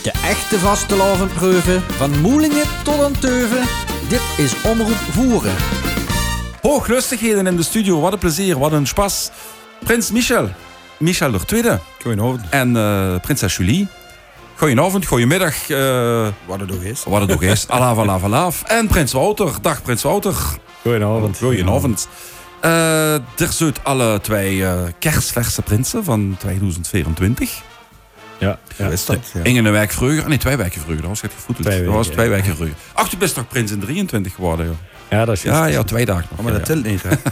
De echte vastelavondpreuven, van Moelingen tot aan Teuven. Dit is Omroep Voeren. Hooglustigheden in de studio, wat een plezier, wat een spas. Prins Michel de Tweede. Goedenavond. En prinses Julie. Goedenavond, goedemiddag. Wat het ook is. Wat het ook is. Alaaf. En Prins Wouter. Dag Prins Wouter. Goedenavond. Goedenavond. Er zijn alle twee kerstverse prinsen van 2024. Ja. Hoe is dat? Ja. Ingen een week vroeger. Nee, 2 weken vroeger. Dat was het gevoeteld. Dat was 2 weken vroeger. Ach, je bent toch prins in 23 geworden, joh. Ja, dat is juist. Ja, 2 dagen nog. Maar dat telt niet, hè?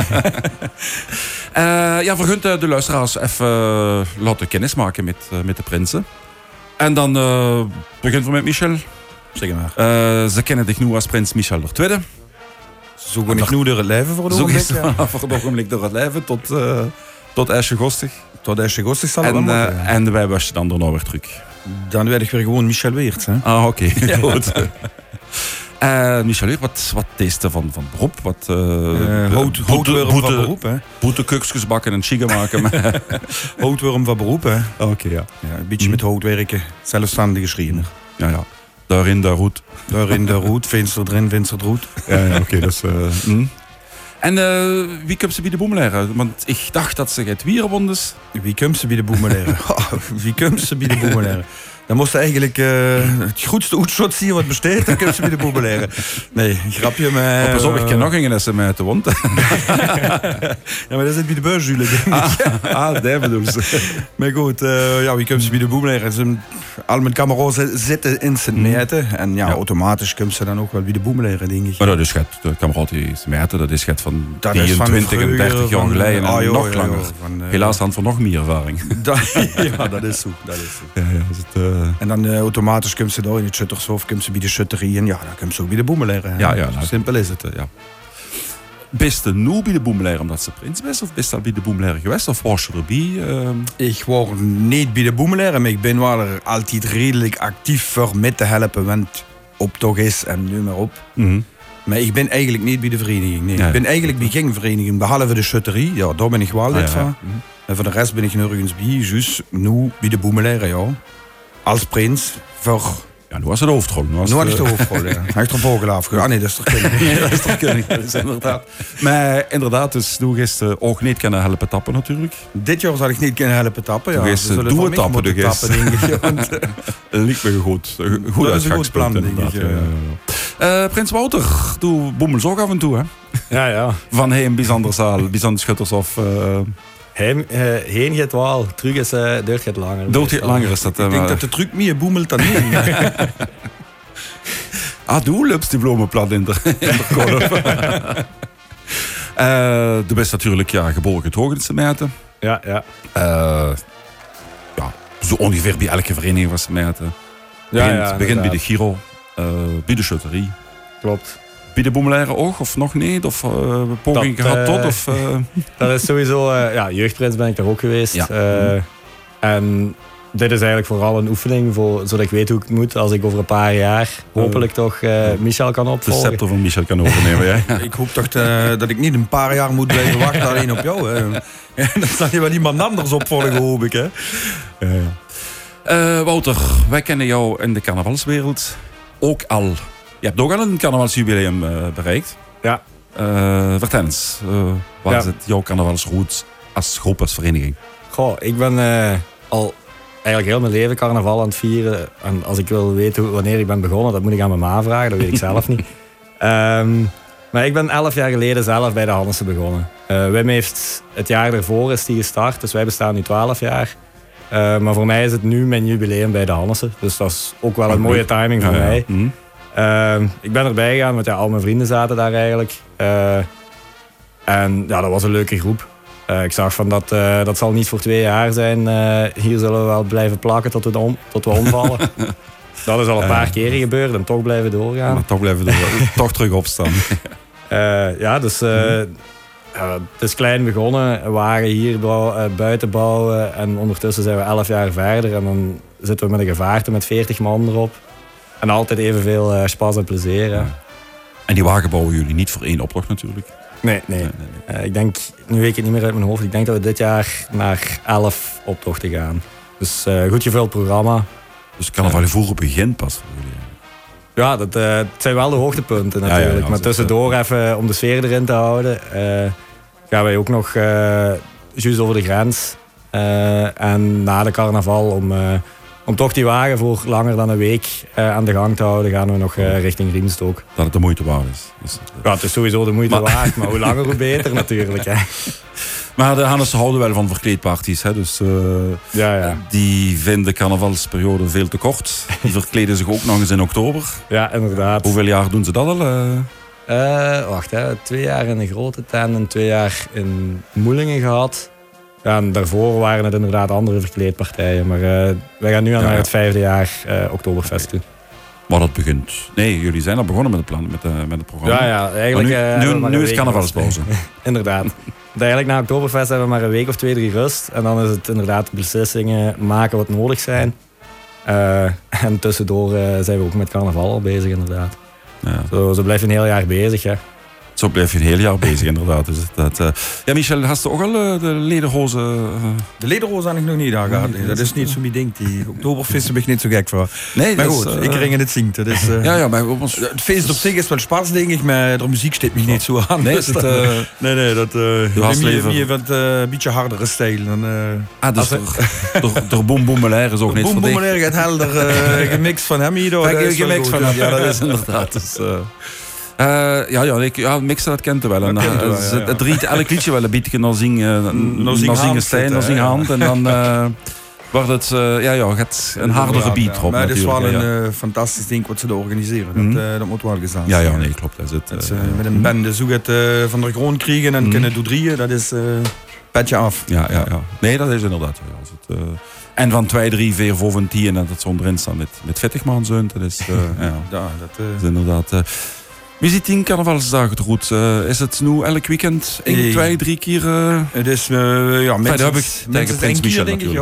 Vergunt de luisteraars even laten kennismaken met de prinsen. En dan beginnen we met Michel. Zeg maar. Ze kennen dich nu als prins Michel de Tweede. Zo ga ik nu door het leven voor de Zo ogenblik. is het voor het ogenblik door het leven tot 1 augustus. Tot 1 augustus zal het wel moeten. En wij was je dan daarna weer terug. Dan werd ik weer gewoon Michel Weert, hè? Ah, oké. Goed. Michel, wat is er van beroep? Houtworm van beroep, hè? Boetekeukjes bakken en chicken maken. Houtworm van beroep, hè? Oké, ja. Ja, een beetje met hout werken. Zelfstandige schreiner. Ja. Daarin, daar roet. Daarin de roet, venster erin, venster roet. Ja, oké, dat is... En wie komt ze bij de boemeleren? Want ik dacht dat ze het wierenbondes. Wie komt ze bij de boemeleren? Wie komt ze bij de boemeleren? Dan moest eigenlijk het goedste oetshot zien wat besteedt. Dan komt ze bij de boemeleren. Nee, grapje. Maar Pas op, ik ken nog geen lessen met de wond. Ja, maar dat zit bij de beursjulen, denk ik. Dat bedoel ze. Maar goed, wie komt ze bij de boemeleren? Al mijn kameraden zitten in Sint Maarten. En automatisch komt ze dan ook wel bij de boemeleren, denk ik. Maar dat is het, de kameraad die is Maarten, dat is het van Dat is van 23 en 30 jaar geleden. En nog langer. Van, Helaas dan voor nog meer ervaring. Dat is zo. Ja, is het, En dan automatisch komt ze door in het Schuttershof, komt ze bij de schutterie en ja, dan komt ze ook bij de boemeleren. Ja, Zo simpel is het. ja. Bist je nu bij de boemeleren omdat ze prins is? Of bist je al bij de boemeleren geweest? Of was je erbij? Ik was niet bij de boemeleren, maar ik ben wel er altijd redelijk actief voor mee te helpen, want optocht is en nu maar op. Mm-hmm. Maar ik ben eigenlijk niet bij de vereniging. Nee. Ja. Ik ben eigenlijk bij geen vereniging, behalve de schutterie. Ja, daar ben ik wel lid van. Mm-hmm. En voor de rest ben ik nergens bij, dus nu bij de boemeleren, ja. Als prins, voor... Ja, nu was het de hoofdrol. Nu had ik de hoofdrol, ja. Hij heeft er volgende afgegaan. Ah nee, dat is toch koning. Ja, dat is toch koning. Dat is inderdaad. Maar inderdaad, dus nu is het ook niet kunnen helpen tappen natuurlijk. Dit jaar zal ik niet kunnen helpen tappen. Ja. Toen is het doe het tappen, denk ik. Want, Lijkt me goed. Goed dat is een goed plan, inderdaad. denk ik. Ja. Prins Wouter, doe boemels ook af en toe, hè? Ja. Van heen, bijzonder zaal, bijzonder schutters of... Heen gaat wel, terug is deur gaat langer. Dood het langer is dat. ik denk dat de truc meer boemelt dan niet. Doe loopt die bloemen plat in de kolf. Du bent natuurlijk geboren getogen in Sint-Maarten. Ja. Zo ongeveer bij elke vereniging van Sint-Maarten. Begint bij de Giro, bij de schutterie. Klopt. Bij de boemeleren ook, of nog niet? Of poging gehad tot? Of, Dat is sowieso... jeugdprins ben ik daar ook geweest. Ja. En dit is eigenlijk vooral een oefening, zodat ik weet hoe ik het moet als ik over een paar jaar hopelijk toch Michel kan de opvolgen. scepter van Michel kan overnemen, ja. Ik hoop toch dat ik niet een paar jaar moet blijven wachten alleen op jou. Hè. Dan zal je wel iemand anders opvolgen, hoop ik. Hè. Wouter, wij kennen jou in de carnavalswereld ook al. Je hebt ook al een carnavalsjubileum bereikt. Ja. Vertel eens, wat is het jouw carnavalsroute als groep, als vereniging? Goh, ik ben al eigenlijk heel mijn leven carnaval aan het vieren. En als ik wil weten wanneer ik ben begonnen, dat moet ik aan mijn ma vragen, dat weet ik zelf niet. Maar ik ben 11 jaar geleden zelf bij de Hannessen begonnen. Wim heeft het jaar ervoor is die gestart, dus wij bestaan nu 12 jaar. Maar voor mij is het nu mijn jubileum bij de Hannessen. Dus dat is ook wel een mooie timing voor mij. Mm-hmm. Ik ben erbij gegaan, want al mijn vrienden zaten daar eigenlijk. En dat was een leuke groep. Ik zag van dat zal niet voor 2 jaar zijn. Hier zullen we wel blijven plakken tot we omvallen. Dat is al een paar keren gebeurd en toch blijven doorgaan. Maar toch blijven toch terug opstaan. Het is klein begonnen. We waren hier buiten bouwen en ondertussen zijn we 11 jaar verder. En dan zitten we met een gevaarte met 40 man erop. En altijd evenveel spas en plezier. Ja. En die wagen bouwen jullie niet voor 1 optocht natuurlijk? Nee. Ik denk, nu weet ik het niet meer uit mijn hoofd, ik denk dat we dit jaar naar 11 optochten gaan. Dus goed gevuld programma. Dus carnaval vroeger begint pas voor jullie. Ja, het zijn wel de hoogtepunten natuurlijk. Ja, maar tussendoor even om de sfeer erin te houden, gaan wij ook nog juist over de grens. En na de carnaval, om toch die wagen voor langer dan een week aan de gang te houden, gaan we nog richting Riemst ook. Dat het de moeite waard is. Dus, ja, het is sowieso de moeite waard, maar hoe langer hoe beter natuurlijk. Hè. Maar de Hannessen houden wel van verkleedparties. Hè? Dus die vinden carnavalsperiode veel te kort. Die verkleden zich ook nog eens in oktober. Ja, inderdaad. Hoeveel jaar doen ze dat al? Wacht, 2 jaar in de grote tent en 2 jaar in Moelingen gehad. Ja, en daarvoor waren het inderdaad andere verkleedpartijen. Maar wij gaan nu naar het 5e jaar Oktoberfest toe. Maar dat begint. Nee, jullie zijn al begonnen met het plan, met het programma. Ja, eigenlijk. Nu is carnavalspauze. Inderdaad. Eigenlijk na Oktoberfest hebben we maar een week of 2, 3 rust. En dan is het inderdaad beslissingen maken wat nodig zijn. En tussendoor zijn we ook met carnaval al bezig, inderdaad. Ja. Zo blijf je een heel jaar bezig, hè. Zo blijf je een heel jaar bezig, inderdaad. Dus ja, Michel, hast du ook al de lederhozen? De lederhozen heb ik nog niet aangehad. Nee, dat is niet zo mijn ding. Die Oktoberfest ben ik niet zo gek voor. Nee, maar goed, ik ring in het zingt. Maar het feest op zich is wel spaas, denk ik, maar de muziek steekt me niet zo aan. Nee, dus dat meer wat een beetje hardere stijl. De Boem Boemelair is ook niet Boem Boemelair gaat helder gemixt van hem hier. Gemixt van hem, ja, dat is inderdaad. Dus, mixen, dat kent hij wel. Het riet elk liedje wel een beetje naar zingen stijl, naar zingen hand. En dan wordt het gaat een hardere beat erop. Maar het is wel een fantastisch ding wat ze daar organiseren. Dat moet wel gezegd zijn. Ja, nee, klopt. Met een bende zo het van de grond krijgen en kunnen doen drieën, dat is petje af. Ja. Nee, dat is inderdaad. En van 2, 3, 4, 5 en 10 en dat zo onderin staan met vettig man zo'n. Dat is inderdaad. Wie ziet 10 carnavalsdagen te goed? Is het nu elk weekend 1, 2, 3 keer? Het is minstens 1 keer, denk ik.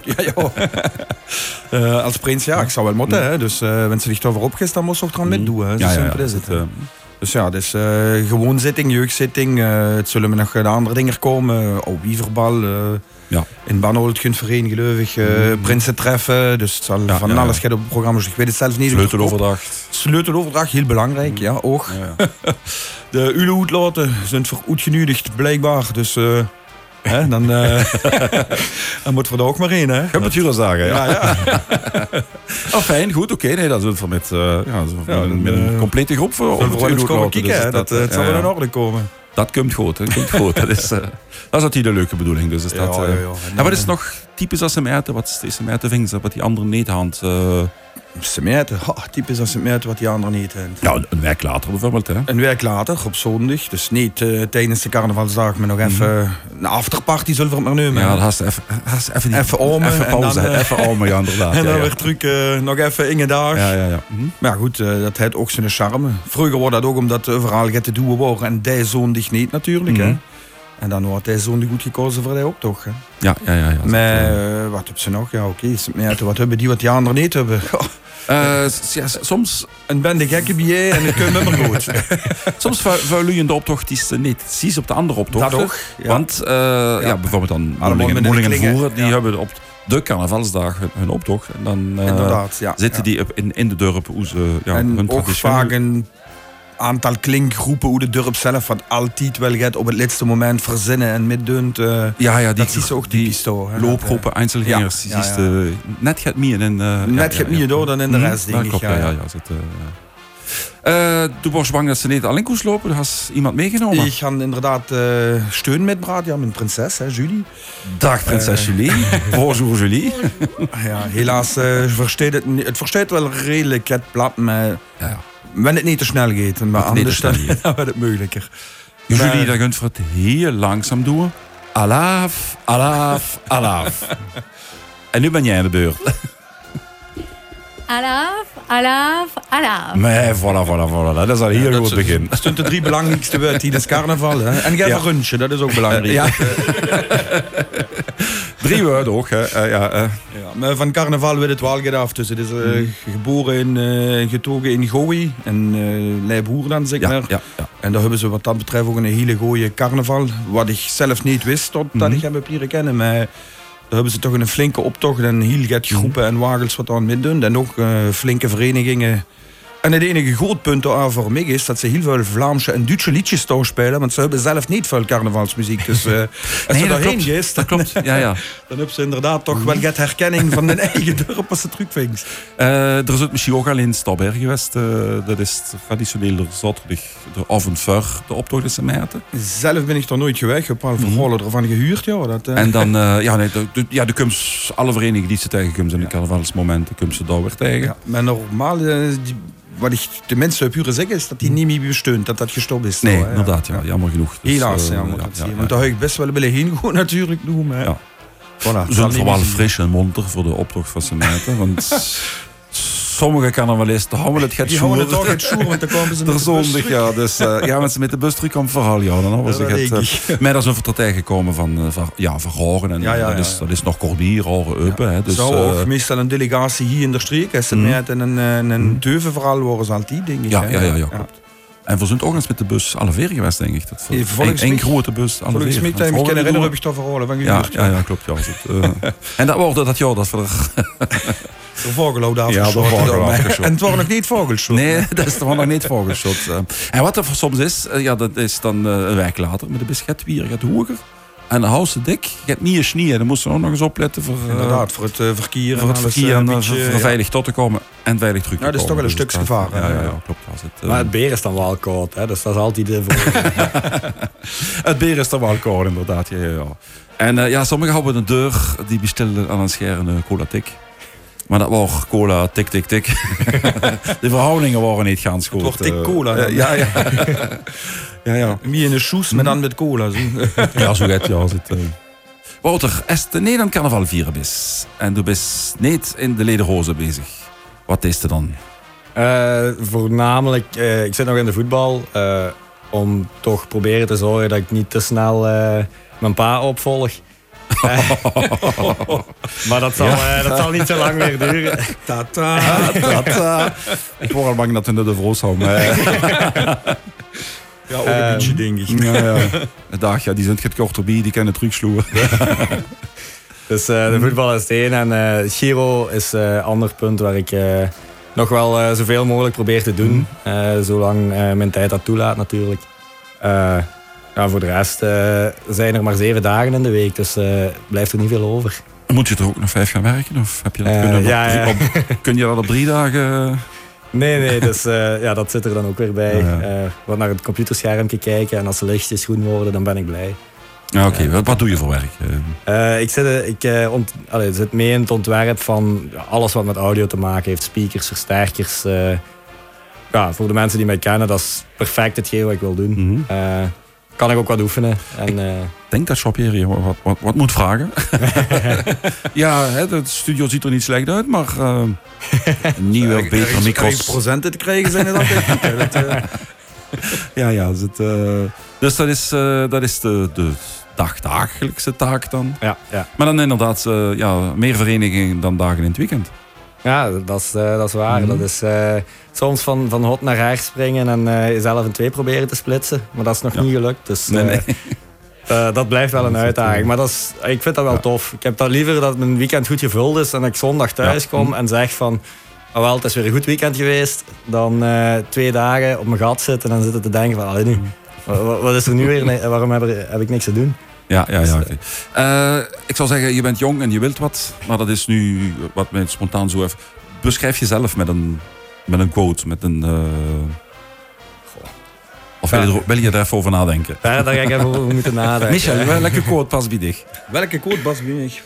Als prins, ik zou wel moeten. Hè. Dus wenn ze zich daarvoor opgeeft, dan moet ze ook eraan meedoen. Zo simpel is het. Dus ja, dus gewoon zitting, jeugdzitting. Het zullen we nog de andere dingen komen. Wieverbal. In Barnold Gunvereniging, geloof ik. Prinsen treffen. Dus het zal van alles gaat op het programma. Dus ik weet het zelf niet. Sleuteloverdracht, heel belangrijk. Ja, ook. De ulehoed laten zijn veroetgenudigd, blijkbaar. Dus dan moet er ook maar in. Hè? Heb het jullie zeggen, ja. Fijn, goed, oké. Nee, dat is met een complete groep voor het komen kijken. Dat zal wel in orde komen. Dat komt goed, dat is natuurlijk de leuke bedoeling. Dus wat is nog typisch als ze meten? Wat is de meten wat die anderen niet hadden? Ze meten, typisch als ze meten wat die anderen niet hebben. Ja, een week later bijvoorbeeld. Hè? Een week later, op zondag. Dus niet tijdens de carnavalsdag, maar nog even een afterparty zullen we het maar nemen. Ja, dat even omen. Even pauze, even omen, ja, inderdaad. En dan weer terug nog even in een dag. Ja. Maar goed, dat heeft ook zijn charme. Vroeger was dat ook omdat overal gaat te doen worden. En die zondag niet natuurlijk. Hè. En dan wordt hij zondag goed gekozen voor die optocht. Hè. Ja. Maar wat hebben ze nog? Ja, oké. Wat hebben die wat die anderen niet hebben? Soms een bende gekke bier en het kunnen maar goed. Soms vuilen je de optocht is niet precies op de andere optocht. Dat ook. Ja. Want bijvoorbeeld dan Moelingen Voeren, die hebben op de carnavalsdag hun optocht. En dan zitten die in de dorp hoe ze en hun ook vaak een aantal klinkgroepen hoe de dorp zelf wat altijd wel gaat op het laatste moment verzinnen en middunt. Dat is ook die loopgroepen, Einzelgängers. Net gaat meer in. Net gaat meer door dan in de rest, denk ik. Du was bang dat ze niet alleen koers lopen. Du hast iemand meegenomen. Ik ga inderdaad steun metbraad. Ja, mijn prinses, Julie. Dag prinses Julie. Bonjour Julie. Helaas versteet het versteet wel redelijk het plat, maar wenn het niet te snel gaat. Maar anders dan wordt het moeilijker. Julie, dat kunt voor het heel langzaam doen. Alaaf. En nu ben jij aan de beurt. Alaaf. Maar voilà. Dat is al heel goed begin. Dat zijn de 3 belangrijkste woorden tijdens carnaval. Hè? En jij rundje, dat is ook belangrijk. 3 woorden ook. Maar van carnaval werd het wel gedaan. Dus het is geboren en getogen in Gooi. En Leijboer dan, zeg maar. Ja. En daar hebben ze wat dat betreft ook een hele goeie carnaval. Wat ik zelf niet wist, totdat ik hem heb leren kennen. Maar hebben ze toch een flinke optocht en heel get groepen en wagens wat aan mee doen. En ook flinke verenigingen. En het enige grootpunt daar voor mij is dat ze heel veel Vlaamse en Duitse liedjes spelen, want ze hebben zelf niet veel carnavalsmuziek. Dus als je daarheen gaat, dat klopt. Ja. Dan hebben ze inderdaad toch wel get herkenning van hun eigen dorp als ze terugvinkt. Er is het misschien ook al in Stadberg geweest. Dat is traditioneel de zaterdag de avond voor de optocht is meten. Zelf ben ik er nooit geweest. Ik heb al verhalen ervan gehuurd. Ja, En dan, de kums, alle verenigingen die ze tegenkomen in de carnavalsmomenten, komen ze daar weer tegen. Ja, maar normaal, wat ik de mensen puur zeggen, is dat die niet meer besteunt, dat gestopt is. Nee, inderdaad, ja, jammer genoeg. Dus, helaas, want daar heb ik best wel willen heen gaan natuurlijk doen. Maar ja. Voilà, we zijn vooral fris en monter voor de optocht van zijn meten, want sommige carnavalisten houden het gaat houden het toch het schoen, want dan komen ze met de zondag, ja. Dus want ze met de bus terug komen verhaal, ja. Dan was ik mij dat is over tegengekomen van verhoren. En dat is nog Corbier, Horen, Eupen. Hè, dus, zou ook meestal een delegatie hier in de streek, als ze met een teuvenverhaal worden ze altijd, denk ik. Ja, klopt. En we zijn ook eens met de bus alle vier geweest, denk ik. Een grote bus. Volgens mij, ik kan herinneren, heb ik toch verhalen van gehuurd. Ja, klopt. Ja. En dat wordt dat we de vogelhoud afgeschoten. En het waren nog niet vogels. Nee, dat is nog niet vogelschot. En wat er soms is, dat is dan een week later met de bus gaat weer, gaat hoger. En dan houdt ze dik, je hebt niet eens sneeuw. Dan moest ze ook nog eens opletten voor, inderdaad, voor het verkeer. Voor het verkeer en voor veilig tot te komen en veilig terug te komen. Dat is toch wel een stuk gevaar. Ja, klopt. Maar het beer is dan wel koud, hè? Dus dat is altijd de Het beer is dan wel koud, inderdaad. Ja. En sommigen hebben een deur, die bestellen aan een scherende cola tik. Maar dat was cola tik. De verhoudingen waren niet ganz goed. Het wordt tik cola. Ja. Wie in de soes, maar dan met cola. Zo. Ja, zo gaat het. Wouter, als je niet aan carnaval vieren bent en je bent niet in de lederhozen bezig, wat is er dan? Voornamelijk, ik zit nog in de voetbal, om toch proberen te zorgen dat ik niet te snel mijn pa opvolg. Maar dat zal niet zo lang meer duren. Tata. Ik word al bang dat we naar de vroos houden. Ja, ook een beetje, denk ik. De dag, die zijn het kort erbij, die kunnen terugsloeien. Dus de voetbal is het een. En Giro is een ander punt waar ik nog wel zoveel mogelijk probeer te doen. Zolang mijn tijd dat toelaat, natuurlijk. Voor de rest zijn er maar 7 dagen in de week, dus blijft er niet veel over. Moet je er ook nog 5 gaan werken? Of heb je dat kun je dat op 3 dagen... Nee, dus dat zit er dan ook weer bij. Wat naar het computerschermpje kijken en als de lichtjes groen worden, dan ben ik blij. Oké. Wat doe je voor werk? Ik zit mee in het ontwerp van alles wat met audio te maken heeft. Speakers, versterkers. Voor de mensen die mij kennen, dat is perfect hetgeen wat ik wil doen. Kan ik ook wat oefenen. En, ik denk dat Shopje hier wat moet vragen. De studio ziet er niet slecht uit, maar nieuwe, betere micro's. Procenten te krijgen zijn het altijd goed. Dus dat is de dagdagelijkse taak dan. Ja. Maar dan inderdaad meer verenigingen dan dagen in het weekend. Ja, dat is waar. Dat is soms van hot naar her springen en jezelf in 2 proberen te splitsen. Maar dat is nog niet gelukt. Dus nee. dat blijft wel een uitdaging. Maar ik vind dat wel tof. Ik heb dat liever dat mijn weekend goed gevuld is en dat ik zondag thuis kom en zeg van... het is weer een goed weekend geweest. Dan 2 dagen op mijn gat zitten en dan zitten te denken van... nu, wat is er nu weer? Waarom heb ik niks te doen? Ja. Ik zou zeggen, je bent jong en je wilt wat. Maar dat is nu wat mij spontaan zo even... Beschrijf jezelf met een quote, met een... Of wil je daar even over nadenken? Ja, daar ga ik even over moeten nadenken. Michel, welke quote past bij dich? Welke quote past bij mij?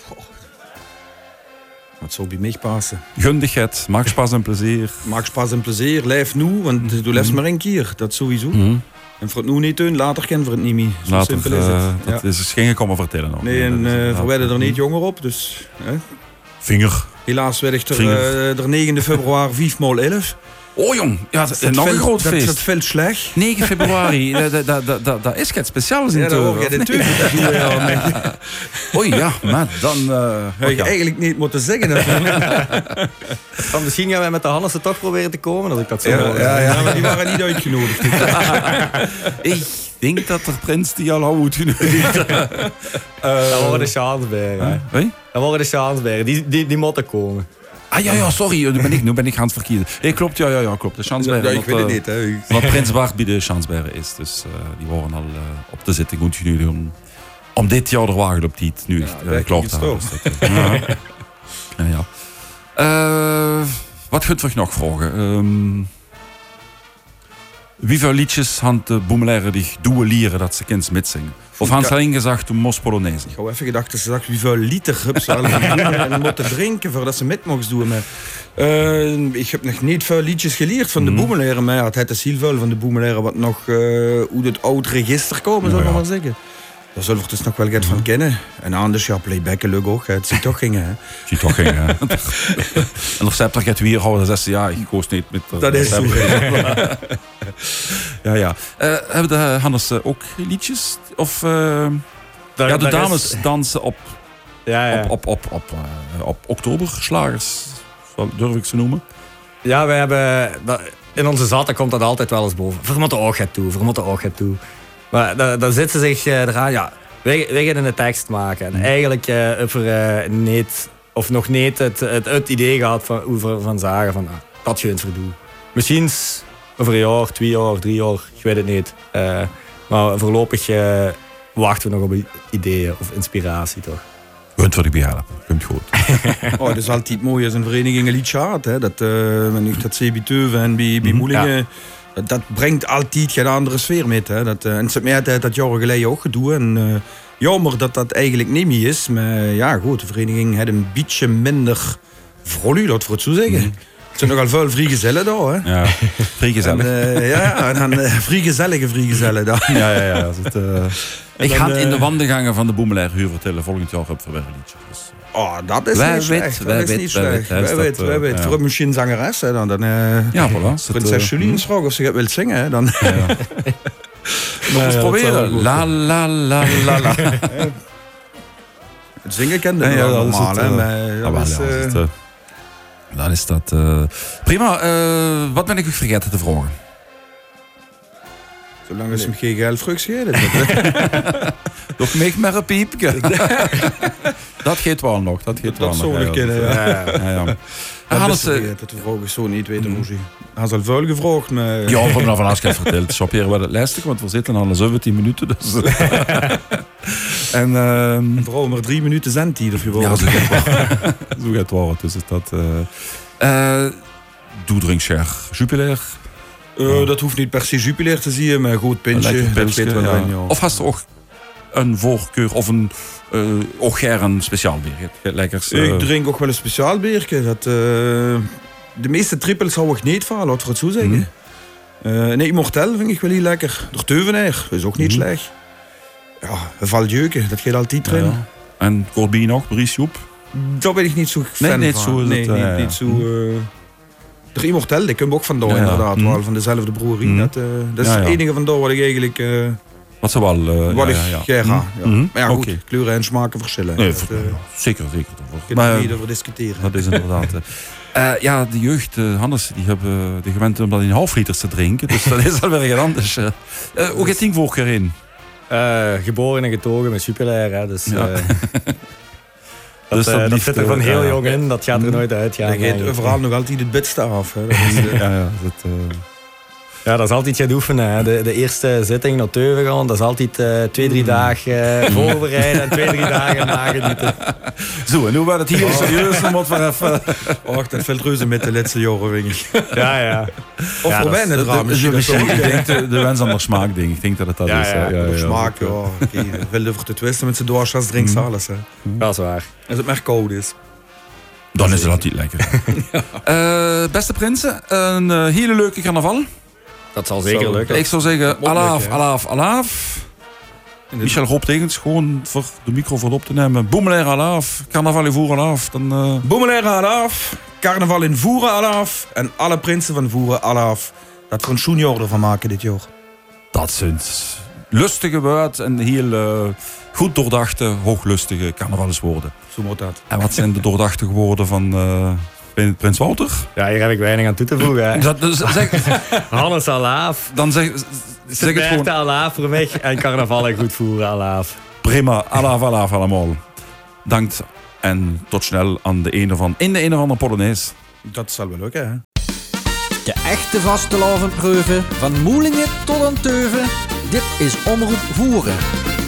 Wat zou bij mij passen? Gundigheid, maak spaas en plezier. Maak spaas en plezier, leef nu, want du leeft maar een keer. Dat sowieso. En voor het nu niet doen, later kennen we het niet meer. Zo later, simpel is het. Dat is geen gekomen vertellen nog. Nee, en we werden er niet jonger op, dus... Vinger. Helaas werd ik er 9 februari 5x11. Oh jong, ja, dat is nog een groot feest. Dat is veel slecht. 9 februari, dat is het speciaals in ja, dat hoor je natuurlijk. Oei, ja, maar dan... had je eigenlijk niet moeten zeggen. Misschien gaan wij met de Hannessen toch proberen te komen, als ik dat zo hoor. Ja, maar die waren niet uitgenodigd. Ik denk dat er Prins die al moet genodigd. Daar horen de chance bij. Hoi? Dan worden de Schansbergen. Die moeten komen. Ja, sorry, nu ben ik aan het verkiezen. Klopt, ja, klopt. De Schansbergen. Ja, ik weet het niet. Hè. Wat Prins Bart bij de Schansbergen is. Dus die worden al op de zitting continu om dit jaar de wagen op die nu echt klaar te houden. Wat kunt we nog vragen? Wieveel liedjes had de Boemelaire die duelleren dat ze kind mitzingen? Of Hans alleen gezegd toen Mos Polonaise? Ik had even gedacht dat ze dacht hoeveel liter ze moeten drinken voordat ze met mogen doen. Ik heb nog niet veel liedjes geleerd van de Boemelaire, maar het is heel veel van de Boemelaire wat nog hoe het oud register komen, zullen we maar zeggen. Daar zullen we dus nog wel iets van kennen. En anders, playbacken lukt ook. Het ziet toch gingen, hè. En nog zegt er weer houden, dan zegt ze, ik koos niet met... Dat is zo. Hebben de Hannes ook liedjes? Of... de dames dansen op oktoberslagers, durf ik ze noemen. Ja, wij hebben... In onze zatten komt dat altijd wel eens boven. Vermotten ook het toe. Maar dan zitten ze zich eraan, wij gaan een tekst maken. En eigenlijk hebben we nog niet het idee gehad van zagen van dat je het verdoet. Misschien over een jaar, 2 jaar, 3 jaar, ik weet het niet. Maar voorlopig wachten we nog op ideeën of inspiratie toch. Kunt wat ik bij helpen, komt goed. Dat is altijd mooi als een vereniging een liedje had. Hè. Dat CB Teuven en bij Moelingen... Dat brengt altijd geen andere sfeer met. Hè. En ze hebben dat jaren geleden ook gedaan. En jammer dat dat eigenlijk niet meer is. Maar goed, de vereniging had een beetje minder vrolijk, dat voor het zo zeggen. Het zijn nogal veel vrijgezellen daar. Hè. Ja, vrijgezellig. En dan vrijgezellen daar. Ja. Ik ga in de wandelgangen van de Boemelaire huur vertellen volgend jaar op verwerken liedje. Dus. Dat is niet slecht. Wij weten. Voor een misschien zangeres. Hè, dan, voilà. Prinses Julien vragen of ze het wil zingen. Hè, dan. Nog eens proberen. La la la la la. Het zingen kende ik wel normaal. Dan is dat... Prima. Wat ben ik nog vergeten te vragen? Zolang ze hem geen geld terugscheren. Nog meer met een piepje. Dat geeft wel nog. Dat zou ik kennen, ja. Hannes, dat we vragen zo niet weten hoe ze. Hij is al veel gevraagd. Maar... Ja, vanaf als ik het verteld. Choperen we het lastig, want we zitten al 17 minuten. Dus. En vooral maar 3 minuten zendtijd. Of je ja, zo gaat het worden. Dus dat... Doedringshare, Jupiler. Dat hoeft niet per se Jupiler te zien, maar goed pintje. Of hast je ook een voorkeur of een een speciaal bier? Lekkers, Ik drink ook wel een speciaal biertje. De meeste trippels hou ik niet van, laat ik het zo zeggen. Een Immortel vind ik wel heel lekker. De Teuvenaar is ook niet slecht. Ja, een Valjeuke, dat gaat altijd erin. Ja. En Corby nog, Brice Joep? Daar ben ik niet zo fan niet van. Zo, niet zo... De Immortel, die komt ook vandaar inderdaad, wel van dezelfde broerie. Dat is het enige vandaar wat ik eigenlijk... Wat ze wel... wat ik graag ga. Maar ja, goed, kleuren en smaken verschillen. Nee, zeker. Maar niet over discussiëren. Dat is inderdaad... de jeugd, Hannes, die gewend om dat in halfliters te drinken. Dus dat is alweer heel anders. Hoe gaat die voorkeur in? Geboren en getogen met Jupiler, hè, dus... Dus dat zit er van heel jong in, dat gaat er nooit uit. Dat gaat overal nog altijd het beste af. Hè. Dat is altijd gaan oefenen. Hè. De eerste zitting naar Teuven gaan, dat is altijd 2-3 dagen voorbereiden en 2-3 dagen nagenieten. Zo, en nu werd het hier serieus. Wat we even... dat valt reuze met de laatste jaren, denk ik. Ja. Of voor mij het misschien. Ik denk de wens aan de smaak, denk ik. Ik denk dat het dat is. De smaak, veel over te twisten met z'n doorsjas drinks alles. Dat is waar. Als het maar koud is. Dan is het altijd lekker. Beste prinsen, een hele leuke carnaval. Dat zal zeker lukken. Ik zou zeggen, alaaf. Michel Rob Tegens, gewoon voor de microfoon op te nemen. Boemelaire alaaf, carnaval in Voeren alaaf. Boemelaire alaaf, carnaval in Voeren alaaf. En alle prinsen van Voeren alaaf. Dat we een schoenjaar ervan maken dit jaar. Dat zijn lustige woorden en heel goed doordachte, hooglustige carnavalswoorden. Zo moet dat. En wat zijn de doordachte woorden van... Prins Wouter? Ja, hier heb ik weinig aan toe te voegen. Hè. Hannes alaaf. Dan zeg het gewoon. Alaaf voor mij en carnaval en goed voeren alaaf. Prima, alaaf allemaal. Dank En tot snel in de een of andere Polonaise. Dat zal wel lukken, hè? De echte vastelavondproeven van Moelingen tot aan Teuven. Dit is Omroep Voeren.